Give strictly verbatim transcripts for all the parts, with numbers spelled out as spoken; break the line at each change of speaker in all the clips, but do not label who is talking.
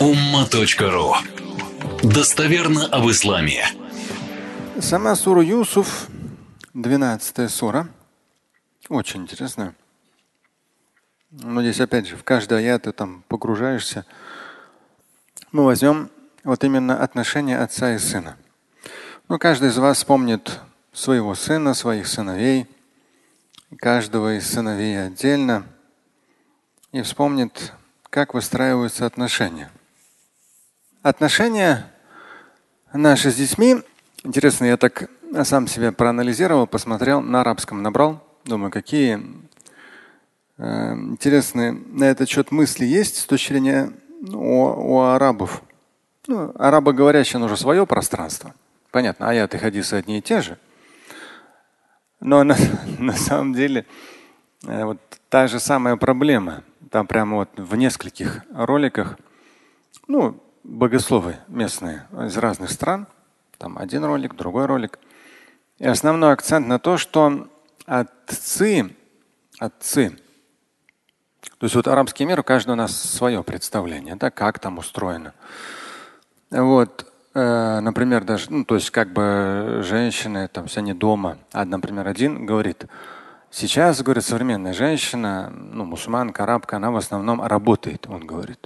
Умма.ру. Достоверно об исламе.
Сама сура Юсуф, двенадцатая сура. Очень интересная. Но здесь опять же в каждый аят ты там погружаешься. Мы возьмем вот именно отношения отца и сына. Ну, каждый из вас помнит своего сына, своих сыновей, каждого из сыновей отдельно и вспомнит, как выстраиваются отношения. Отношения наши с детьми. Интересно, я так сам себя проанализировал, посмотрел, на арабском набрал. Думаю, какие э, интересные на этот счет мысли есть с точки зрения ну, у, у арабов. Ну, арабоговорящие, оно уже свое пространство. Понятно, аяты, хадисы одни и те же. Но на, на самом деле э, вот та же самая проблема. Там прямо вот в нескольких роликах, ну, богословы местные из разных стран. Там один ролик, другой ролик. И основной акцент на то, что отцы, отцы, то есть вот арабский мир, у каждого у нас свое представление, да, как там устроено. Вот, э, например, даже, ну, то есть как бы женщины, там все они дома, а, например, один говорит, сейчас, говорит, современная женщина, ну, мусульманка, арабка, она в основном работает, он говорит.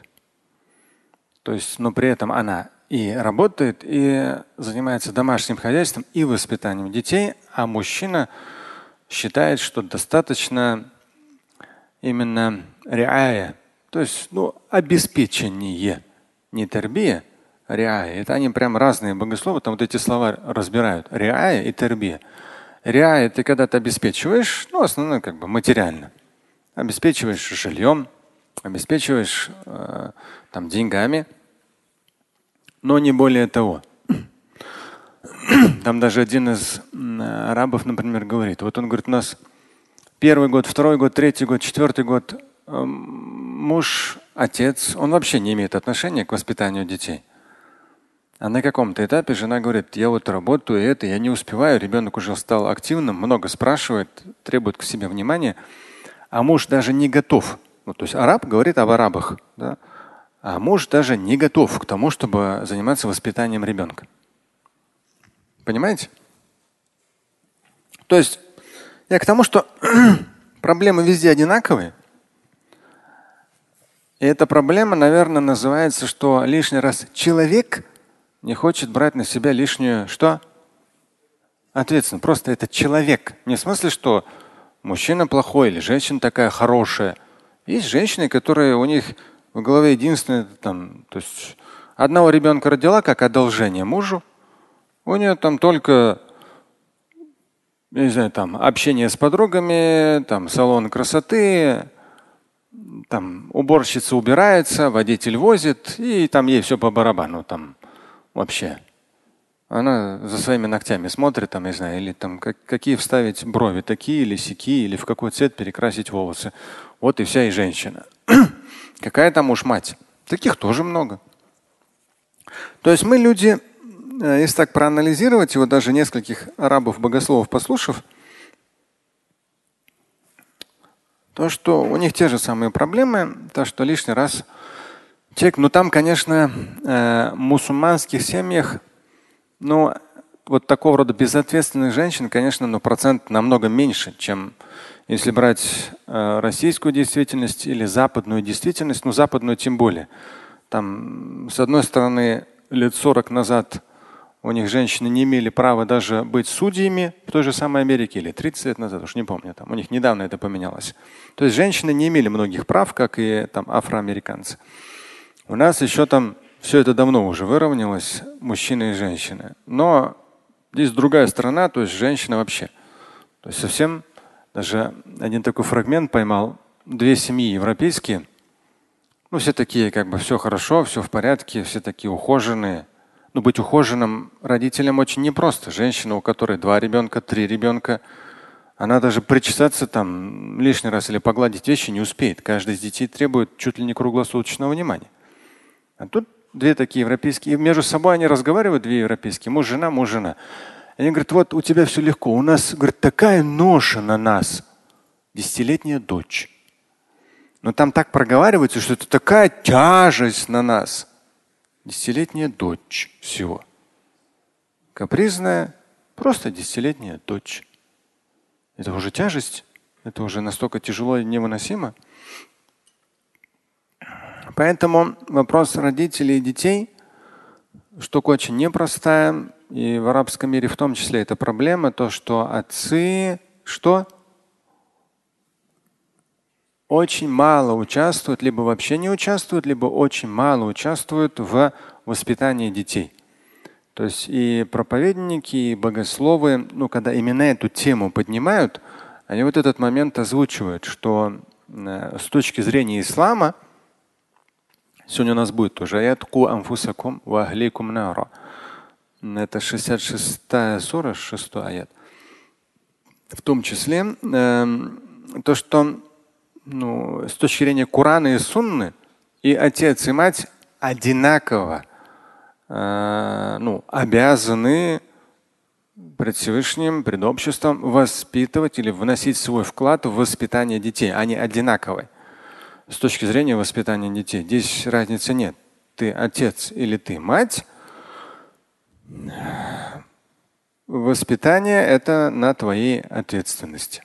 То есть, но при этом она и работает, и занимается домашним хозяйством и воспитанием детей, а мужчина считает, что достаточно именно риая, то есть ну, обеспечение, не тербия, риая. Это они прям разные богословы, там вот эти слова разбирают. Риая и тербия. Риая – это когда ты обеспечиваешь, ну, основное как бы материально. Обеспечиваешь жильем, обеспечиваешь э, там деньгами. Но не более того. Там даже один из арабов, например, говорит, вот он говорит, у нас первый год, второй год, третий год, четвертый год муж, отец, он вообще не имеет отношения к воспитанию детей. А на каком-то этапе жена говорит, я вот работаю, и это, я не успеваю, ребенок уже стал активным, много спрашивает, требует к себе внимания, а муж даже не готов. Ну, то есть араб говорит об арабах, да? А муж даже не готов к тому, чтобы заниматься воспитанием ребенка. Понимаете? То есть я к тому, что проблемы везде одинаковые. И эта проблема, наверное, называется, что лишний раз человек не хочет брать на себя лишнюю что? Ответственность. Просто это человек. Не в смысле, что мужчина плохой или женщина такая хорошая. Есть женщины, которые у них в голове единственное, там, то есть одного ребенка родила как одолжение мужу. У нее там только, я не знаю, там общение с подругами, там салон красоты, там уборщица убирается, водитель возит, и там ей все по барабану, там вообще. Она за своими ногтями смотрит, там, не знаю, или там как, какие вставить брови, такие или сякие, или в какой цвет перекрасить волосы. Вот и вся и женщина. Какая там уж мать? Таких тоже много. То есть мы люди, если так проанализировать его, даже нескольких арабов-богословов послушав, то, что у них те же самые проблемы, то, что лишний раз человек, ну там, конечно, э, в мусульманских семьях, ну, вот такого рода безответственных женщин, конечно, но процент намного меньше, чем если брать э, российскую действительность или западную действительность, ну западную тем более. Там, с одной стороны, лет сорок назад у них женщины не имели права даже быть судьями в той же самой Америке, или тридцать лет назад, уж не помню, там у них недавно это поменялось. То есть женщины не имели многих прав, как и там афроамериканцы. У нас еще там все это давно уже выровнялось, мужчины и женщины. Но здесь другая сторона, то есть женщина вообще. То есть совсем даже один такой фрагмент поймал. Две семьи европейские. Ну, все такие, как бы все хорошо, все в порядке, все такие ухоженные. Но быть ухоженным родителям очень непросто. Женщина, у которой два ребенка, три ребенка, она даже причесаться там лишний раз или погладить вещи не успеет. Каждый из детей требует чуть ли не круглосуточного внимания. А тут две такие европейские. И между собой они разговаривают, две европейские. Муж, жена, муж, жена. Они говорят, вот у тебя все легко. У нас, говорит, такая ноша на нас. Десятилетняя дочь. Но там так проговаривается, что это такая тяжесть на нас. Десятилетняя дочь всего. Капризная, просто десятилетняя дочь. Это уже тяжесть. Это уже настолько тяжело и невыносимо. Поэтому вопрос родителей и детей штука очень непростая. И в арабском мире в том числе это проблема, то, что отцы что? Очень мало участвуют, либо вообще не участвуют, либо очень мало участвуют в воспитании детей. То есть и проповедники, и богословы, ну, когда именно эту тему поднимают, они вот этот момент озвучивают, что э, с точки зрения ислама, сегодня у нас будет тоже аят «Ку анфусакум ва ахликум нара». Это шестьдесят шестая сура, шестой аят. В том числе э, то, что ну, с точки зрения Корана и Сунны и отец, и мать одинаково э, ну, обязаны пред Всевышним, пред обществом воспитывать или вносить свой вклад в воспитание детей. Они одинаковые с точки зрения воспитания детей. Здесь разницы нет. Ты отец или ты мать. Воспитание – это на твоей ответственности.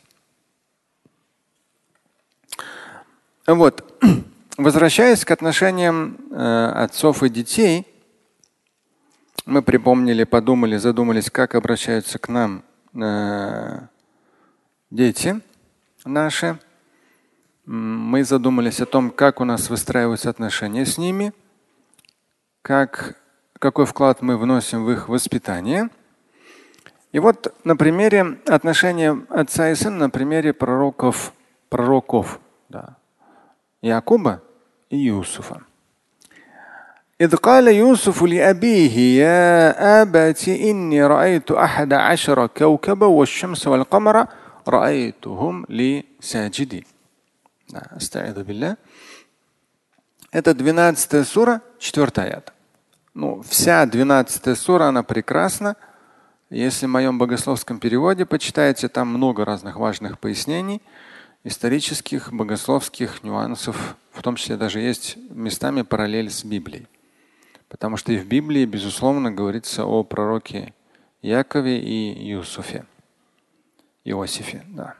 Вот. Возвращаясь к отношениям э, отцов и детей, мы припомнили, подумали, задумались, как обращаются к нам э, дети наши. Мы задумались о том, как у нас выстраиваются отношения с ними, как, какой вклад мы вносим в их воспитание. И вот на примере отношения отца и сына, на примере пророков, пророков да, Якуба и Юсуфа. إذ قال يوسف لأبيه يا أبت إني رأيت أحد عشر كوكبا والشمس والقمر رأيتهم لي ساجدين. أستعيذ بالله. Это двенадцатая сура, четвертый аят. Ну, вся двенадцатая сура, она прекрасна. Если в моем богословском переводе почитаете, там много разных важных пояснений, исторических, богословских нюансов, в том числе даже есть местами параллель с Библией. Потому что и в Библии, безусловно, говорится о пророке Якове и Юсуфе. Иосифе, да.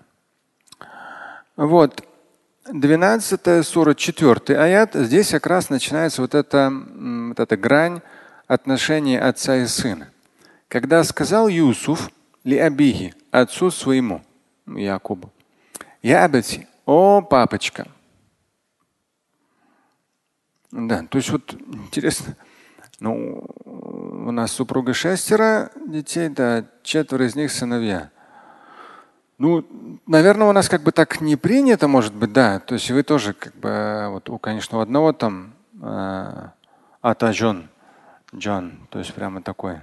Вот. двенадцатая сура, четвертый аят. Здесь как раз начинается вот эта, вот эта грань отношений отца и сына. Когда сказал Юсуф ли абихи, отцу своему, Якубу, я абати, о папочка. Да, то есть вот интересно. Ну, у нас супруга шестеро детей, да, четверо из них сыновья. Ну, наверное, у нас как бы так не принято, может быть, да. То есть вы тоже, как бы, вот у, конечно, у одного там э, атажон, Джон, то есть прямо такой.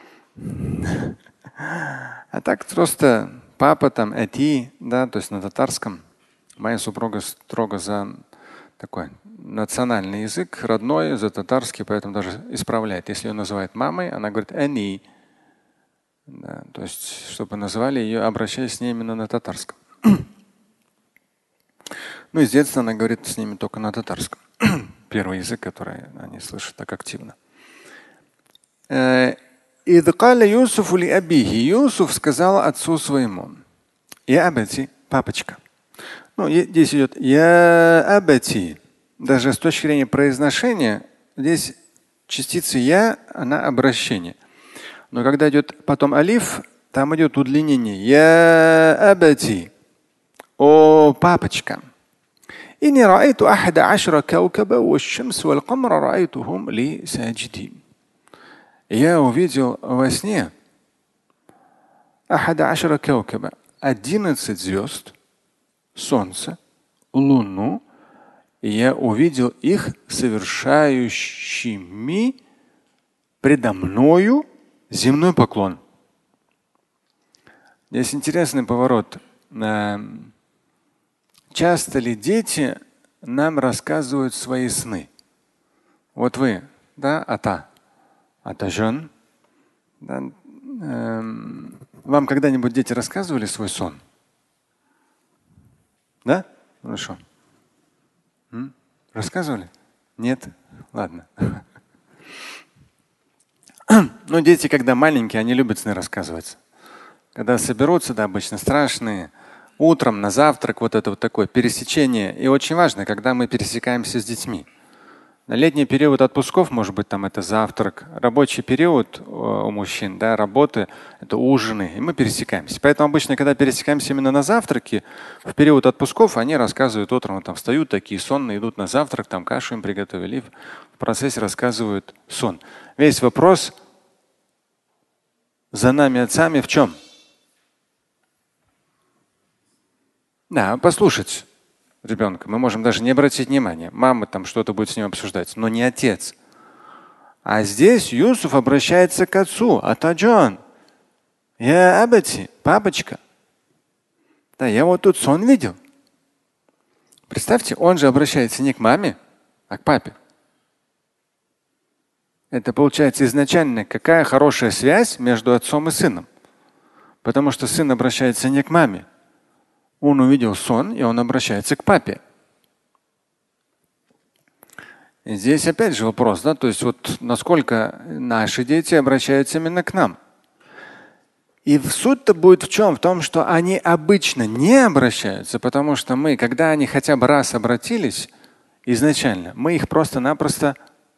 А так просто папа там эти, да, то есть на татарском. Моя супруга строго за такой национальный язык, родной, за татарский, поэтому даже исправляет. Если ее называют мамой, она говорит «они». Да, то есть, чтобы называли ее, обращаясь с ней именно на татарском. Ну и с детства она говорит с ними только на татарском. Первый язык, который они слышат так активно. Юсуф сказал отцу своему: «Я абати, папочка». Ну, здесь идет «я абати». Даже с точки зрения произношения, здесь частица «я», она обращение. Но когда идет потом алиф, там идет удлинение. «Я абати». О, папочка. «Инни раайту ахада ашра каукаба ваш-шамс вал-камара раайтухум ли саджидин». Я увидел во сне ахада ашра каукаба, одиннадцать звезд, солнце, луну, и я увидел их совершающими предо мною земной поклон. Здесь интересный поворот. Часто ли дети нам рассказывают свои сны? Вот вы, да, ата, атажон. Да, эм, вам когда-нибудь дети рассказывали свой сон? Да? Хорошо. М? Рассказывали? Нет? Ладно. Ну, дети, когда маленькие, они любят сны рассказывать. Когда соберутся, да, обычно страшные. Утром на завтрак вот это вот такое пересечение. И очень важно, когда мы пересекаемся с детьми. На летний период отпусков, может быть, там это завтрак. Рабочий период у мужчин, да, работы, это ужины. И мы пересекаемся. Поэтому обычно, когда пересекаемся именно на завтраке, в период отпусков они рассказывают утром, там встают такие сонные, идут на завтрак, там кашу им приготовили, и в процессе рассказывают сон. Весь вопрос за нами, отцами, в чем? Да, послушать ребенка. Мы можем даже не обратить внимания. Мама там что-то будет с ним обсуждать, но не отец. А здесь Юсуф обращается к отцу. Атаджан, я абати, папочка. Да, я вот тут сон видел. Представьте, он же обращается не к маме, а к папе. Это получается изначально какая хорошая связь между отцом и сыном. Потому что сын обращается не к маме. Он увидел сон, и он обращается к папе. И здесь опять же вопрос, да, то есть вот насколько наши дети обращаются именно к нам. И суть-то будет в чем? В том, что они обычно не обращаются, потому что мы, когда они хотя бы раз обратились изначально, мы их просто-напросто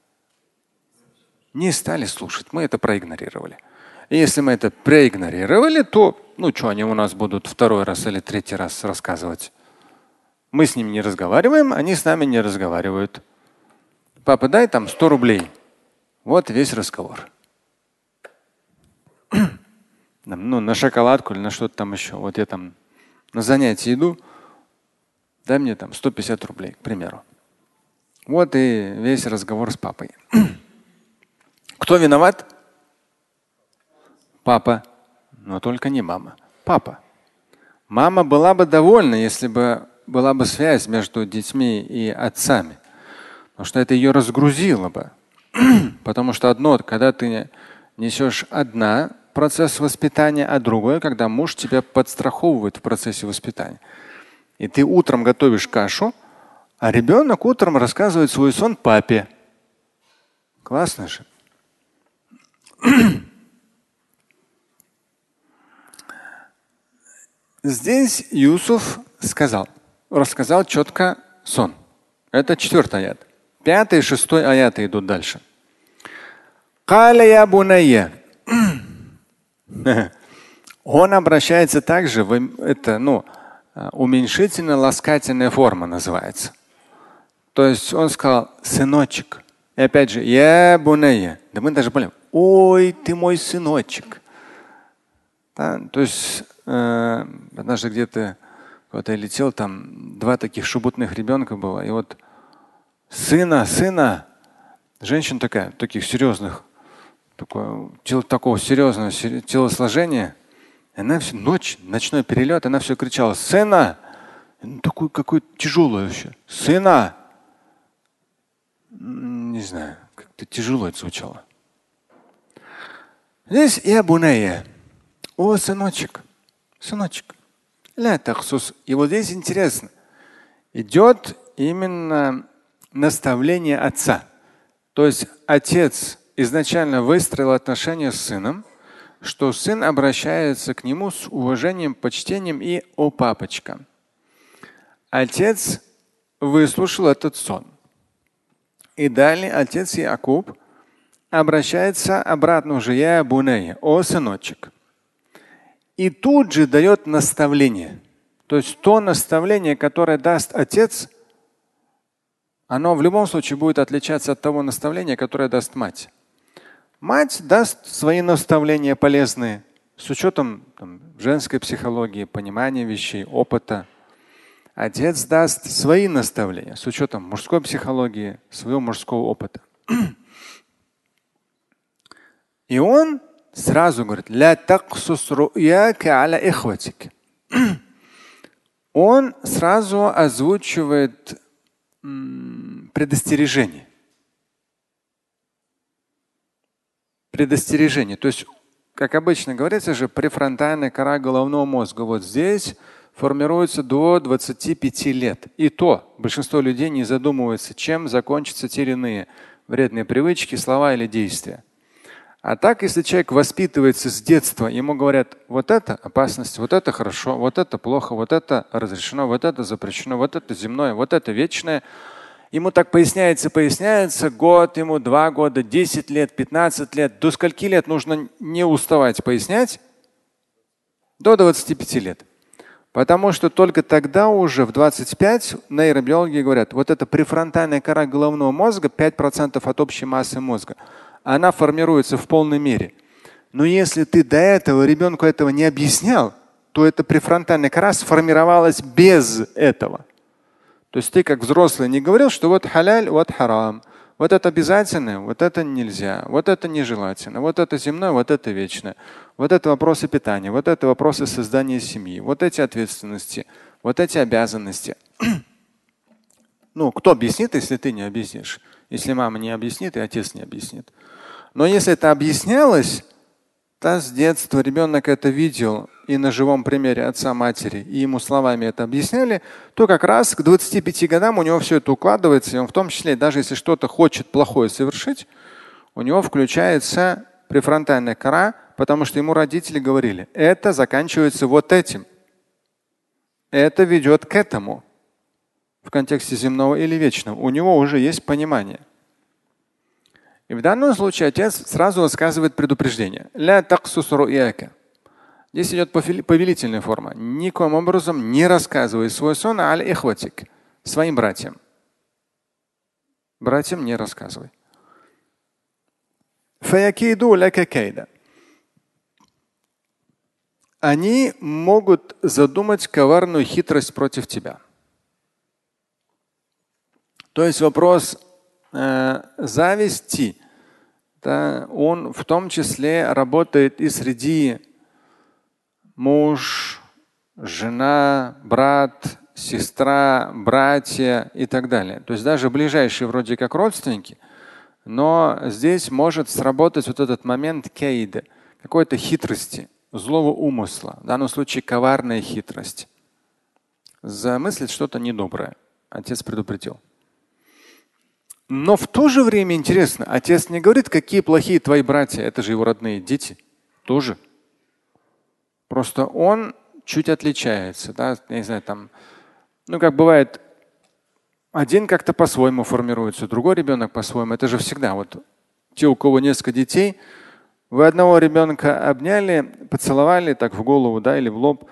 не стали слушать, мы это проигнорировали. И если мы это проигнорировали, то ну что они у нас будут второй раз или третий раз рассказывать? Мы с ними не разговариваем, они с нами не разговаривают. Папа, дай там сто рублей. Вот весь разговор. Ну, на шоколадку или на что-то там еще. Вот я там на занятие иду, дай мне там сто пятьдесят рублей, к примеру. Вот и весь разговор с папой. Кто виноват? Папа. Но только не мама. Папа. Мама была бы довольна, если бы была бы связь между детьми и отцами. Потому что это ее разгрузило бы. Потому что одно, когда ты несешь одна процесс воспитания, а другое, когда муж тебя подстраховывает в процессе воспитания. И ты утром готовишь кашу, а ребенок утром рассказывает свой сон папе. Классно же. Здесь Юсуф сказал, рассказал четко сон. Это четвертый аят. Пятый и шестой аяты идут дальше. Каля я бунайя. Он обращается также, в, это ну, уменьшительно-ласкательная форма называется. То есть он сказал сыночек. И опять же, я бунайя. Да мы даже поняли, ой, ты мой сыночек. Да, то есть э, однажды где-то вот я летел, там два таких шебутных ребенка было. И вот сына, сына, женщина такая, таких серьезных, такое, такого серьезного телосложения. И она всю ночь, ночной перелет, она все кричала: сына! Такой какой тяжелый вообще. Сына! Не знаю, как-то тяжело это звучало. Здесь я бунайя. О, сыночек, сыночек. Ля тахсус. И вот здесь интересно. Идет именно наставление отца. То есть отец изначально выстроил отношения с сыном, что сын обращается к нему с уважением, почтением и о папочка. Отец выслушал этот сон. И далее отец Якуб обращается обратно уже: я бунайя, о сыночек. И тут же дает наставление. То есть то наставление, которое даст отец, оно в любом случае будет отличаться от того наставления, которое даст мать. Мать даст свои наставления полезные с учетом там, женской психологии, понимания вещей, опыта. Отец даст свои наставления с учетом мужской психологии, своего мужского опыта. И он сразу говорит: ля таксус руяка аля ихватик. Он сразу озвучивает м, предостережение. Предостережение. То есть, как обычно говорится же, префронтальная кора головного мозга вот здесь формируется до двадцати пяти лет. И то большинство людей не задумывается, чем закончатся те или иные вредные привычки, слова или действия. А так, если человек воспитывается с детства, ему говорят, вот это опасность, вот это хорошо, вот это плохо, вот это разрешено, вот это запрещено, вот это земное, вот это вечное. Ему так поясняется, поясняется, год ему, два года, десять лет, пятнадцать лет. До скольки лет нужно не уставать пояснять? До двадцати пяти лет. Потому что только тогда уже в двадцать пять нейробиологи говорят, вот эта префронтальная кора головного мозга, пять процентов от общей массы мозга, она формируется в полной мере. Но если ты до этого ребенку этого не объяснял, то эта префронтальная кора сформировалась без этого. То есть ты как взрослый не говорил, что вот халяль, вот харам, вот это обязательно, вот это нельзя, вот это нежелательно, вот это земное, вот это вечное, вот это вопросы питания, вот это вопросы создания семьи, вот эти ответственности, вот эти обязанности. Ну, кто объяснит, если ты не объяснишь? Если мама не объяснит и отец не объяснит. Но если это объяснялось, то с детства ребенок это видел и на живом примере отца, матери, и ему словами это объясняли, то как раз к двадцати пяти годам у него все это укладывается, и он в том числе, даже если что-то хочет плохое совершить, у него включается префронтальная кора, потому что ему родители говорили, это заканчивается вот этим. Это ведет к этому. В контексте земного или вечного. У него уже есть понимание. И в данном случае отец сразу высказывает предупреждение. Ля таксус ру'яка. Здесь идет повелительная форма. Никоим образом не рассказывай свой сон аль ихватик, своим братьям. Братьям не рассказывай. Фаякиду лака кайда. Они могут задумать коварную хитрость против тебя. То есть вопрос э, зависти, да, он в том числе работает и среди муж, жена, брат, сестра, братья и так далее. То есть даже ближайшие вроде как родственники, но здесь может сработать вот этот момент кейда, какой-то хитрости, злого умысла, в данном случае коварная хитрость. Замыслить что-то недоброе. Отец предупредил. Но в то же время интересно, отец не говорит, какие плохие твои братья, это же его родные дети. Тоже. Просто он чуть отличается. Да? Я не знаю, там, ну как бывает, один как-то по-своему формируется, другой ребенок по-своему. Это же всегда. Вот те, у кого несколько детей, вы одного ребенка обняли, поцеловали так в голову, да, или в лоб.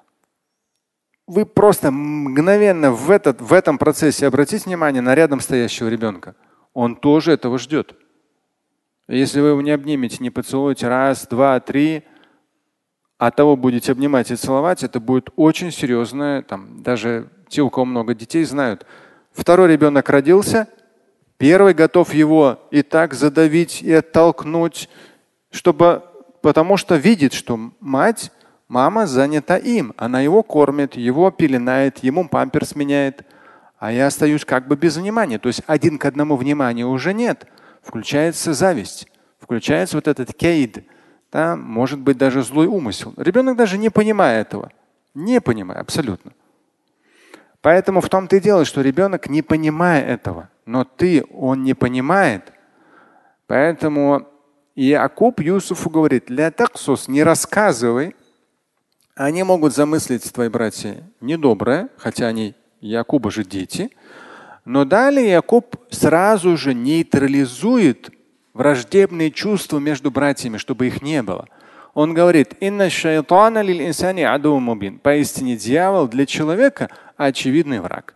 Вы просто мгновенно в, этот, в этом процессе обратите внимание на рядом стоящего ребенка. Он тоже этого ждет. Если вы его не обнимете, не поцелуете раз, два, три, а того будете обнимать и целовать, это будет очень серьезное. Там, даже те, у кого много детей, знают. Второй ребенок родился, первый готов его и так задавить, и оттолкнуть, чтобы, потому что видит, что мать, мама занята им. Она его кормит, его пеленает, ему памперс меняет. А я остаюсь как бы без внимания. То есть один к одному внимания уже нет. Включается зависть, включается вот этот кейд. Да, может быть даже злой умысел. Ребенок даже не понимает этого. Не понимает абсолютно. Поэтому в том-то и дело, что ребенок не понимает этого. Но ты, он не понимает. Поэтому Иакуб Юсуфу говорит, ля таксус, не рассказывай. Они могут замыслить, твои братья, недоброе, хотя они Якуба же дети. Но далее Якуб сразу же нейтрализует враждебные чувства между братьями, чтобы их не было. Он говорит, инна шайтана лил инсани адувун мубин. Поистине дьявол для человека очевидный враг.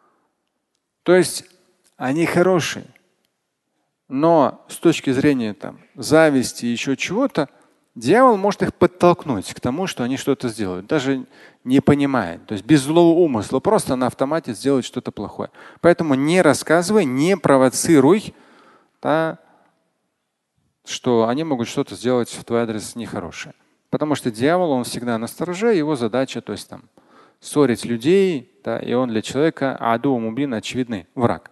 То есть они хорошие. Но с точки зрения там, зависти и еще чего-то, дьявол может их подтолкнуть к тому, что они что-то сделают, даже не понимая. То есть без злого умысла, просто на автомате сделать что-то плохое. Поэтому не рассказывай, не провоцируй, да, что они могут что-то сделать в твой адрес нехорошее. Потому что дьявол, он всегда на стороже, его задача, то есть там ссорить людей, да, и он для человека аду мубин, очевидный враг.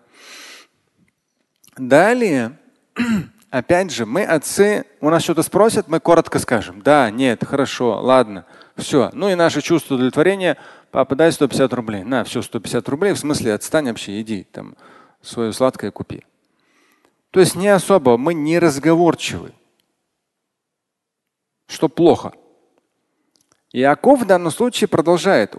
Далее, опять же, мы, отцы, у нас что-то спросят, мы коротко скажем. Да, нет, хорошо, ладно, все. Ну и наше чувство удовлетворения, папа, дай сто пятьдесят рублей. На, все, сто пятьдесят рублей, в смысле, отстань вообще, иди, там, свое сладкое купи. То есть не особо, мы не разговорчивы. что плохо. Иаков в данном случае продолжает.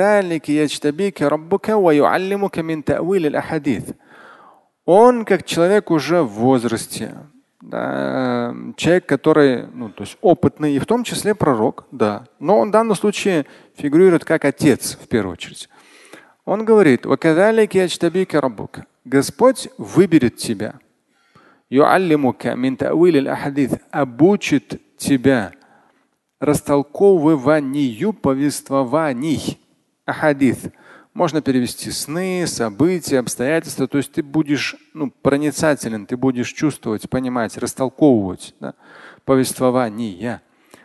Он как человек уже в возрасте, да, человек, который, ну, то есть опытный, и в том числе пророк, да. Но он в данном случае фигурирует как отец в первую очередь. Он говорит: Господь выберет тебя, обучит тебя растолковыванию повествований. Ахадith. Можно перевести сны, события, обстоятельства. То есть ты будешь, ну, проницателен, ты будешь чувствовать, понимать, растолковывать, да, повествования.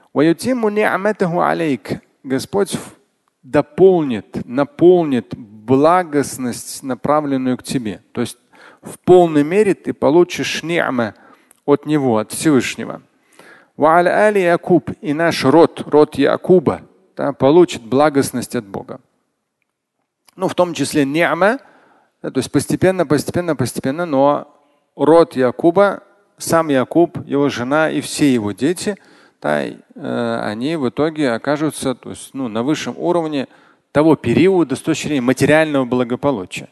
Господь дополнит, наполнит благостность, направленную к тебе. То есть в полной мере ты получишь ни'ма от Него, от Всевышнего. И наш род, род Якуба, да, получит благостность от Бога. Ну, в том числе ни'ма, да, то есть постепенно, постепенно, постепенно, но род Якуба, сам Якуб, его жена и все его дети, да, э, они в итоге окажутся, то есть, ну, на высшем уровне того периода с точки зрения материального благополучия.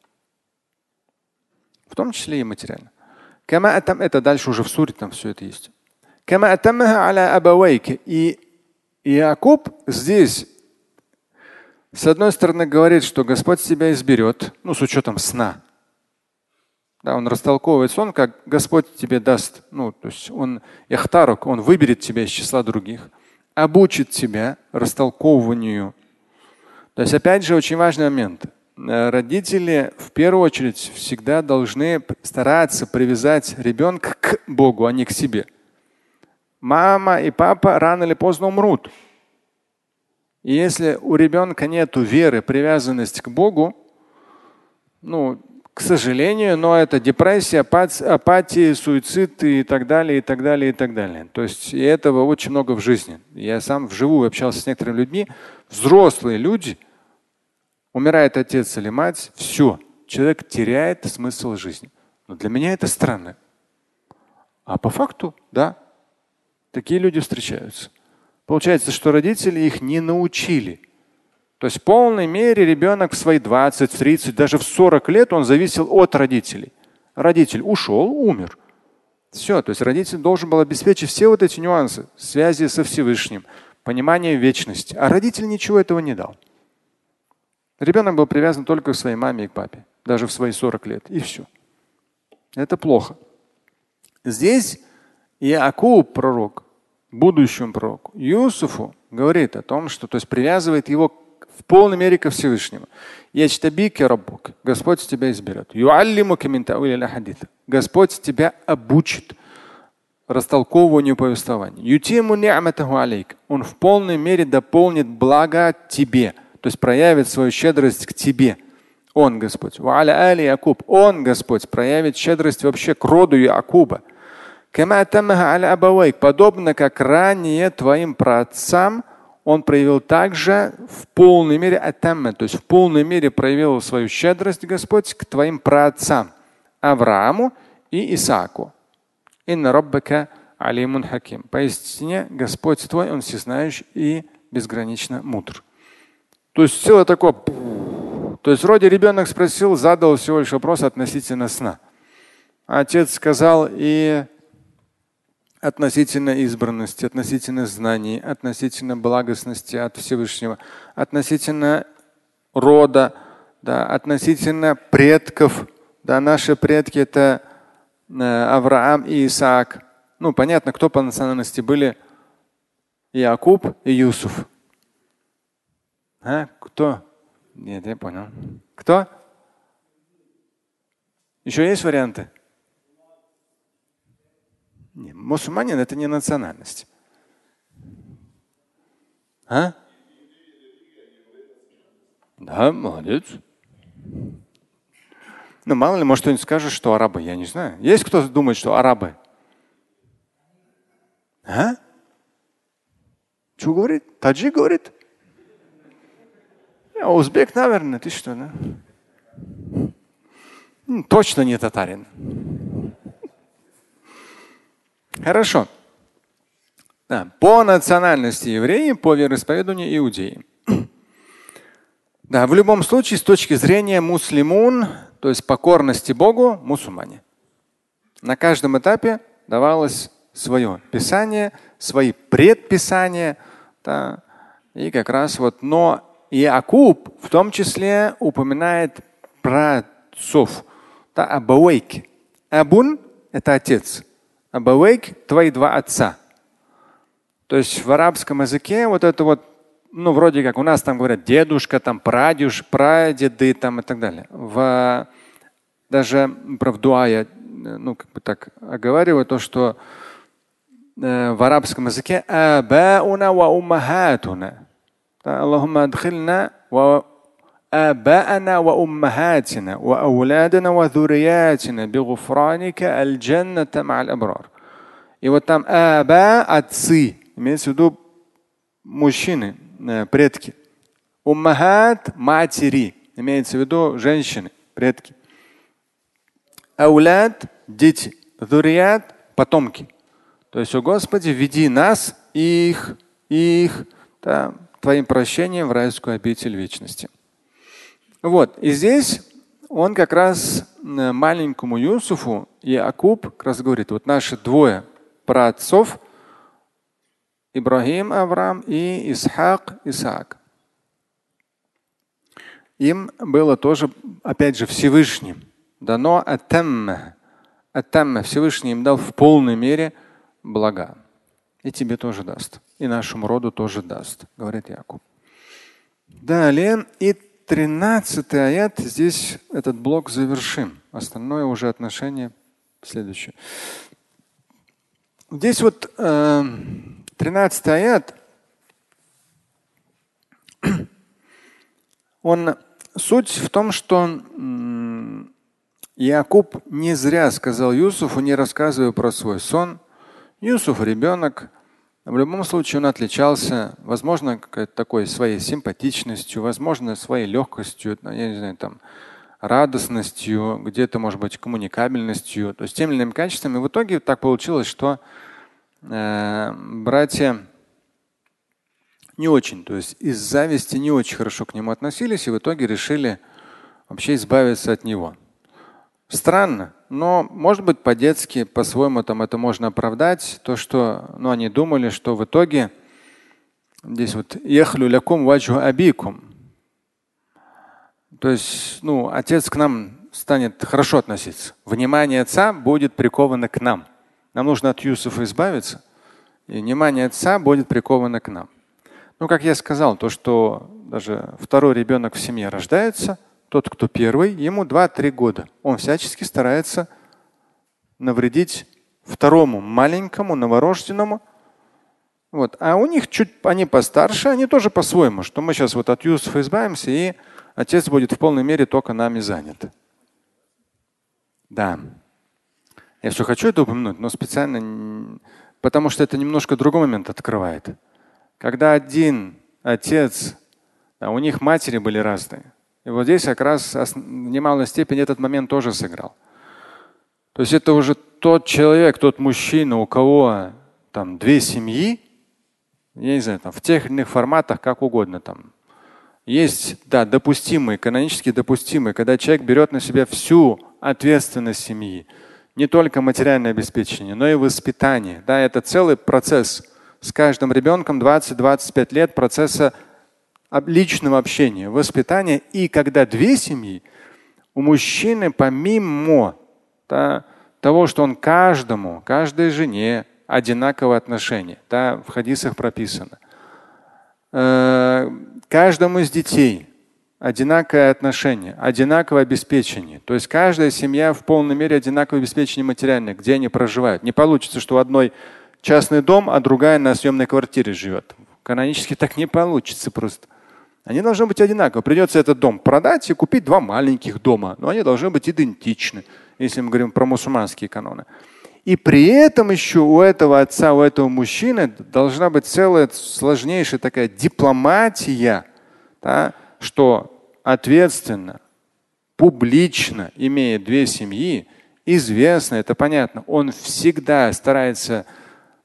В том числе и материально. Это дальше уже в суре там все это есть. И Иакуб здесь, с одной стороны, говорит, что Господь тебя изберет, ну, с учетом сна. Да, он растолковывает сон, как Господь тебе даст, ну, то есть он ихтарук, он выберет тебя из числа других, обучит тебя растолковыванию. То есть, опять же, очень важный момент. Родители в первую очередь всегда должны стараться привязать ребенка к Богу, а не к себе. Мама и папа рано или поздно умрут. И если у ребенка нет веры, привязанности к Богу, ну, к сожалению, но это депрессия, апатия, суицид и так далее, и так далее, и так далее. То есть и этого очень много в жизни. Я сам вживую общался с некоторыми людьми. Взрослые люди, умирает отец или мать, все, человек теряет смысл жизни. Но для меня это странно. А по факту, да, такие люди встречаются. Получается, что родители их не научили. То есть в полной мере ребенок в свои двадцать, тридцать, даже в сорок лет он зависел от родителей. Родитель ушел, умер. Все. То есть родитель должен был обеспечить все вот эти нюансы, связи со Всевышним, понимание вечности. А родитель ничего этого не дал. Ребенок был привязан только к своей маме и к папе, даже в свои сорок лет. И все. Это плохо. Здесь Иакуб, пророк, будущему пророку, Юсуфу говорит о том, что, то есть привязывает его в полной мере ко Всевышнему. Господь тебя изберет. Господь тебя обучит растолковыванию повествований. Он в полной мере дополнит благо тебе, то есть проявит свою щедрость к тебе. Он, Господь. Он, Господь, проявит щедрость вообще к роду Иакуба. Подобно как ранее твоим праотцам, он проявил также в полной мере атамма, то есть в полной мере проявил свою щедрость, Господь, к твоим праотцам Аврааму и Исааку. Инна раббака алимун хаким. Поистине Господь твой, он всезнающий и безгранично мудр. То есть все такое. То есть вроде ребенок спросил, задал всего лишь вопрос относительно сна. Отец сказал и относительно избранности, относительно знаний, относительно благостности от Всевышнего, относительно рода, да, относительно предков. Да, наши предки это э, Авраам и Исаак. Ну, понятно, кто по национальности были Иакуб и Юсуф. А? Кто? Нет, я понял. Кто? Еще есть варианты? Нет, мусульманин это не национальность. А? Да, молодец. Ну, мало ли, может, кто-нибудь скажет, что арабы, я не знаю. Есть кто думает, что арабы? А? Что говорит? Таджик говорит? Я узбек, наверное, ты что, да? Точно не татарин. Хорошо. Да, по национальности евреи, по вероисповеданию иудеи. Да, в любом случае, с точки зрения муслимун, то есть покорности Богу, мусульмане. На каждом этапе давалось свое писание, свои предписания. Да, и как раз вот, но Иакуб в том числе упоминает про отцов. Да, абавейк. Абун – это отец. Абавейк – твои два отца. То есть в арабском языке вот это вот, ну, вроде как у нас там говорят дедушка, там прадюш, прадеды там и так далее. В, даже про в дуа я, ну, как бы так оговариваю то, что э, в арабском языке абауна ва уммахатуна. Аллахумма адхилна ва абаана ва уммахатина ва ауладана ва зурриятина бигуфраника аль-джанната ма'аль абрар. И вот там аба отцы, имеется в виду мужчины, предки. Уммахат – матери, имеется в виду женщины, предки. Ауляд – дети. Зуррият – потомки. То есть, о Господи, веди нас, их, их, да, Твоим прощением в райскую обитель вечности. Вот. И здесь он как раз маленькому Юсуфу, Иакуб, как раз говорит, вот наши двое праотцов, Ибрахим, Авраам и Исхак, Исаак. Им было тоже, опять же, Всевышним дано атамма. Атамма. Всевышний им дал в полной мере блага. И тебе тоже даст. И нашему роду тоже даст, говорит Иакуб. Далее. И тринадцатый аят. Здесь этот блок завершим. Остальное уже отношение следующее. Здесь вот э, тринадцатый аят. Он, суть в том, что м, Иакуб не зря сказал Юсуфу, не рассказывая про свой сон. Юсуф ребенок. В любом случае он отличался, возможно, какой-то такой своей симпатичностью, возможно, своей легкостью, я не знаю, там, радостностью, где-то, может быть, коммуникабельностью, то есть теми или иными качествами. В итоге так получилось, что э, братья не очень, то есть из зависти не очень хорошо к нему относились и в итоге решили вообще избавиться от него. Странно, но может быть по-детски, по-своему там это можно оправдать. То, что ну, они думали, что в итоге здесь вот яхлю лякум ваджу абикум. То есть ну, отец к нам станет хорошо относиться. Внимание отца будет приковано к нам. Нам нужно от Юсуфа избавиться, и внимание отца будет приковано к нам. Ну, как я сказал, то, что даже второй ребенок в семье рождается, тот, кто первый, ему два-три года. Он всячески старается навредить второму маленькому новорожденному. Вот. А у них чуть они постарше, они тоже по-своему, что мы сейчас вот от Юсуфа избавимся, и отец будет в полной мере только нами занят. Да. Я все хочу это упомянуть, но специально, потому что это немножко другой момент открывает. Когда один отец, а у них матери были разные. И вот здесь как раз в немалой степени этот момент тоже сыграл. То есть это уже тот человек, тот мужчина, у кого там две семьи, я не знаю, там, в тех или иных форматах, как угодно. Там. Есть, да, допустимые, канонически допустимые, когда человек берет на себя всю ответственность семьи. Не только материальное обеспечение, но и воспитание. Да, это целый процесс. С каждым ребенком двадцать-двадцать пять лет процесса личного общения, воспитания. И когда две семьи, у мужчины помимо да, того, что он каждому, каждой жене одинаковое отношение, да, в хадисах прописано, э, каждому из детей одинаковое отношение, одинаковое обеспечение. То есть каждая семья в полной мере одинаковое обеспечение материальное, где они проживают. Не получится, что у одной частный дом, а другая на съемной квартире живет. Канонически так не получится просто. Они должны быть одинаковы. Придется этот дом продать и купить два маленьких дома. Но они должны быть идентичны, если мы говорим про мусульманские каноны. И при этом еще у этого отца, у этого мужчины должна быть целая сложнейшая такая дипломатия, да, что ответственно, публично, имея две семьи, известно, это понятно, он всегда старается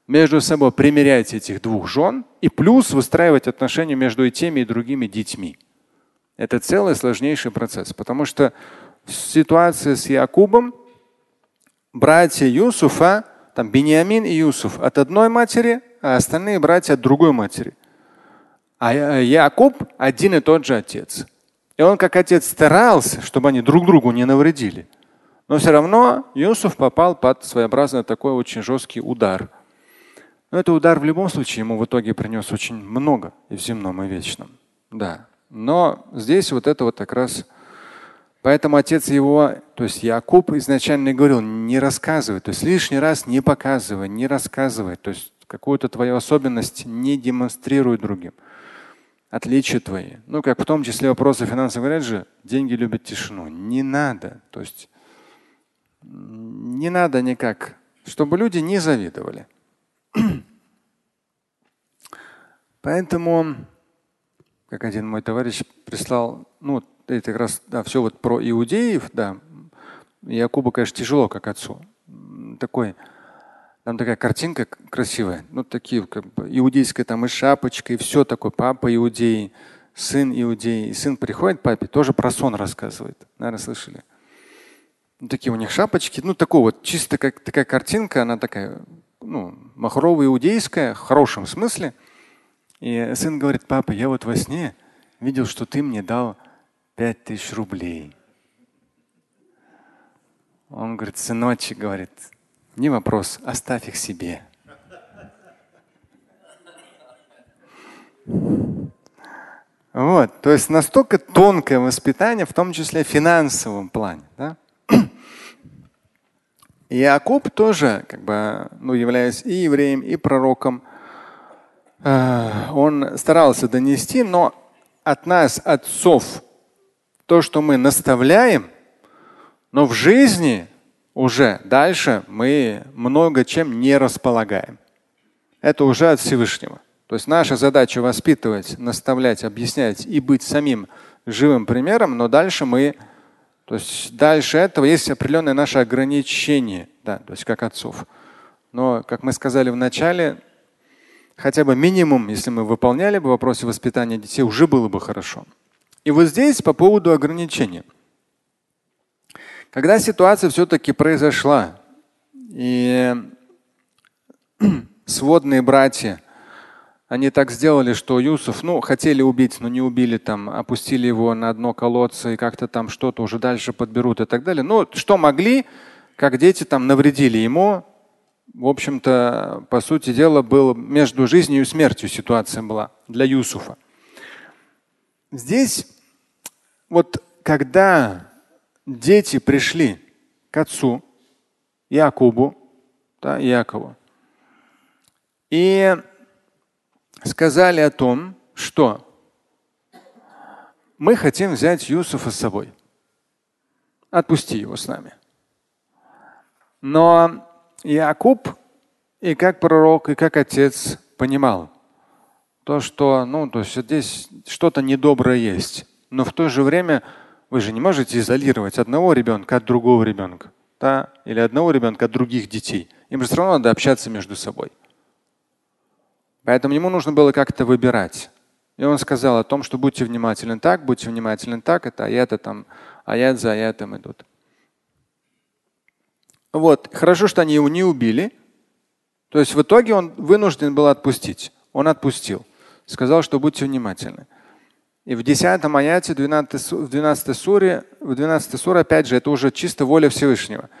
между собой примирять этих двух жен и плюс выстраивать отношения между и теми, и другими детьми. Это целый сложнейший процесс, потому что ситуация с Якубом, братья Юсуфа, там Биньямин и Юсуф от одной матери, а остальные братья от другой матери. А Якуб один и тот же отец. И он как отец старался, чтобы они друг другу не навредили. Но все равно Юсуф попал под своеобразный такой очень жесткий удар. Но этот удар в любом случае ему в итоге принес очень много и в земном, и в вечном. Да. Но здесь вот это вот как раз. Поэтому отец его, то есть Якуб изначально говорил, не рассказывай, то есть лишний раз не показывай, не рассказывай, то есть какую-то твою особенность не демонстрируй другим. Отличия твои. Ну, как в том числе вопросы финансов говорят же, деньги любят тишину. Не надо. То есть не надо никак, чтобы люди не завидовали. Поэтому, как один мой товарищ прислал, ну, это как раз да, все вот про иудеев, да. Якубу, конечно, тяжело, как отцу. Такой, там такая картинка красивая. Ну, такие, как бы, иудейская там и шапочка, и все такое. Папа иудей, сын иудей. И сын приходит к папе, тоже про сон рассказывает. Наверное, слышали. Ну, такие у них шапочки. Ну, такой вот, чисто как такая картинка, она такая, ну, махровая иудейская, в хорошем смысле. И сын говорит: папа, я вот во сне видел, что ты мне дал пять тысяч рублей. Он говорит: сыночек, говорит, не вопрос, оставь их себе. Вот, то есть настолько тонкое воспитание, в том числе в финансовом плане. Да? И Якуб тоже, как бы, ну, являясь и евреем, и пророком, э, он старался донести, но от нас, отцов, то, что мы наставляем, но в жизни уже дальше мы много чем не располагаем. Это уже от Всевышнего. То есть наша задача воспитывать, наставлять, объяснять и быть самим живым примером, но дальше мы, то есть дальше этого есть определенные наши ограничения, да, то есть как отцов. Но, как мы сказали в начале, хотя бы минимум, если мы выполняли бы вопросы воспитания детей, уже было бы хорошо. И вот здесь по поводу ограничений. Когда ситуация все-таки произошла, и сводные братья, они так сделали, что Юсуф, ну, хотели убить, но не убили, там, опустили его на дно колодца и как-то там что-то уже дальше подберут и так далее. Ну, что могли, как дети там навредили ему. В общем-то, по сути дела, было между жизнью и смертью ситуация была для Юсуфа. Здесь вот когда дети пришли к отцу Якубу, да, Якову, и сказали о том, что мы хотим взять Юсуфа с собой. Отпусти его с нами. Но Якуб и как пророк, и как отец понимал то, что, ну, то есть здесь что-то недоброе есть. Но в то же время вы же не можете изолировать одного ребенка от другого ребенка, да? Или одного ребенка от других детей. Им же все равно надо общаться между собой. Поэтому ему нужно было как-то выбирать. И он сказал о том, что будьте внимательны так, будьте внимательны так, это аяты там, аят за аятом идут. Вот. Хорошо, что они его не убили. То есть в итоге он вынужден был отпустить. Он отпустил. Сказал, что будьте внимательны. И в десятом аяте, в двенадцатой суре, в двенадцатой суре, опять же, это уже чисто воля Всевышнего.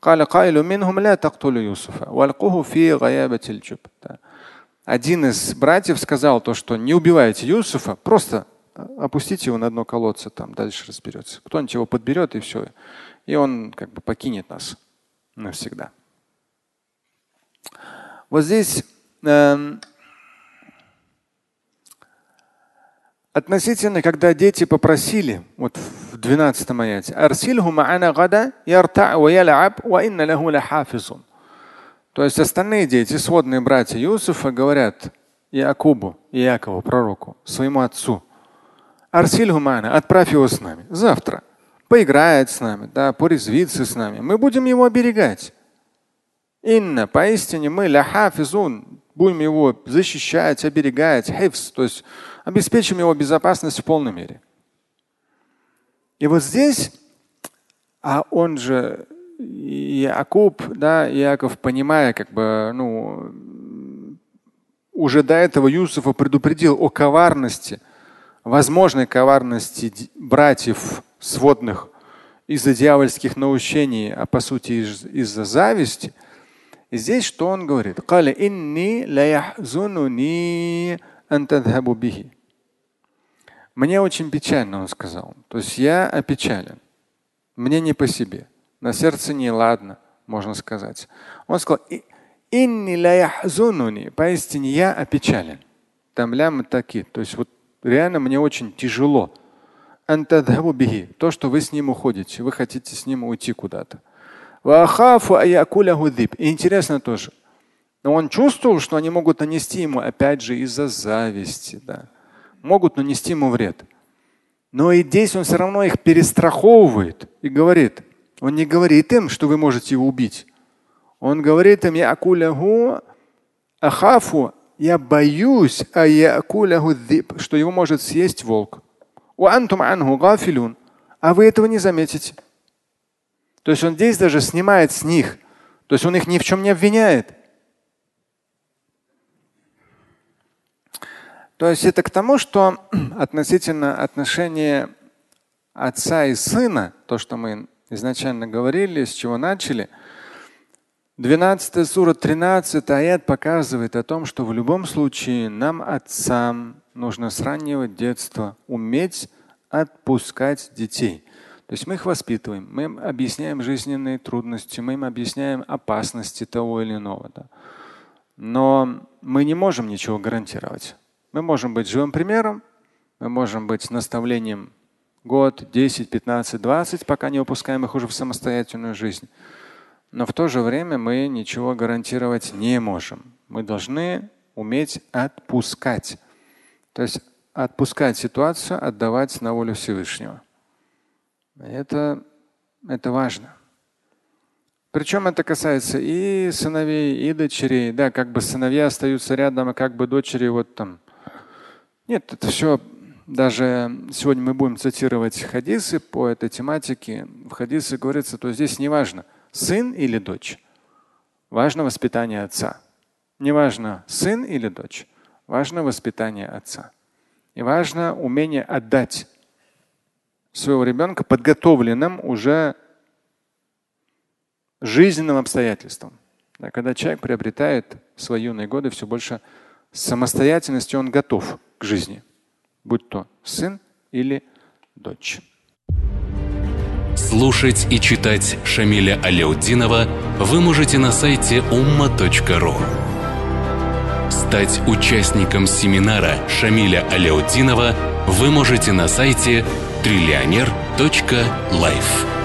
Один из братьев сказал то, что не убивайте Юсуфа, просто опустите его на дно колодца, там дальше разберется. Кто-нибудь его подберет и все. И он как бы покинет нас навсегда. Вот здесь э, относительно, когда дети попросили, вот в двенадцатом аяте, то есть остальные дети, сводные братья Юсуфа, говорят Якубу, Якову, пророку, своему отцу: отправь его с нами завтра, поиграет с нами, да, порезвится с нами. Мы будем его оберегать. Инна, поистине мы ля хафизун, будем его защищать, оберегать, хифз, то есть обеспечим его безопасность в полной мере. И вот здесь, а он же Якуб, да, Яков, понимая, как бы, ну, уже до этого Юсуфа предупредил о коварности, возможной коварности братьев сводных из-за дьявольских наущений, а по сути из- из-за зависти. И здесь что он говорит? Мне очень печально, он сказал. То есть я опечален. Мне не по себе. На сердце не ладно, можно сказать. Он сказал, поистине я опечален. Там лямы такие. То есть вот реально мне очень тяжело. То, что вы с ним уходите, вы хотите с ним уйти куда-то. И интересно тоже. Но он чувствовал, что они могут нанести ему, опять же, из-за зависти. Да. Могут нанести ему вред. Но и здесь он все равно их перестраховывает и говорит. Он не говорит им, что вы можете его убить. Он говорит им, я акуляху ахафу, я боюсь, а я акуляху дзиб, что его может съесть волк. А вы этого не заметите. То есть он здесь даже снимает с них. То есть он их ни в чем не обвиняет. То есть это к тому, что относительно отношения отца и сына, то, что мы изначально говорили, с чего начали, двенадцатая сура, тринадцатый аят показывает о том, что в любом случае нам, отцам, нужно с раннего детства уметь отпускать детей. То есть мы их воспитываем, мы им объясняем жизненные трудности, мы им объясняем опасности того или иного. Да. Но мы не можем ничего гарантировать. Мы можем быть живым примером, мы можем быть наставлением год, десять, пятнадцать, двадцать, пока не выпускаем их уже в самостоятельную жизнь. Но в то же время мы ничего гарантировать не можем. Мы должны уметь отпускать. То есть отпускать ситуацию, отдавать на волю Всевышнего. Это, это важно. Причем это касается и сыновей, и дочерей. Да, как бы сыновья остаются рядом, а как бы дочери вот там. Нет, это все. Даже сегодня мы будем цитировать хадисы по этой тематике. В хадисе говорится, то здесь не важно, сын или дочь. Важно воспитание отца. Не важно, сын или дочь. Важно воспитание отца. И важно умение отдать своего ребенка подготовленным уже жизненным обстоятельствам. Да, когда человек приобретает в свои юные годы все больше самостоятельности, он готов к жизни, будь то сын или дочь.
Слушать и читать Шамиля Аляутдинова вы можете на сайте умма точка ру. Стать участником семинара Шамиля Аляутдинова вы можете на сайте триллионер точка лайф.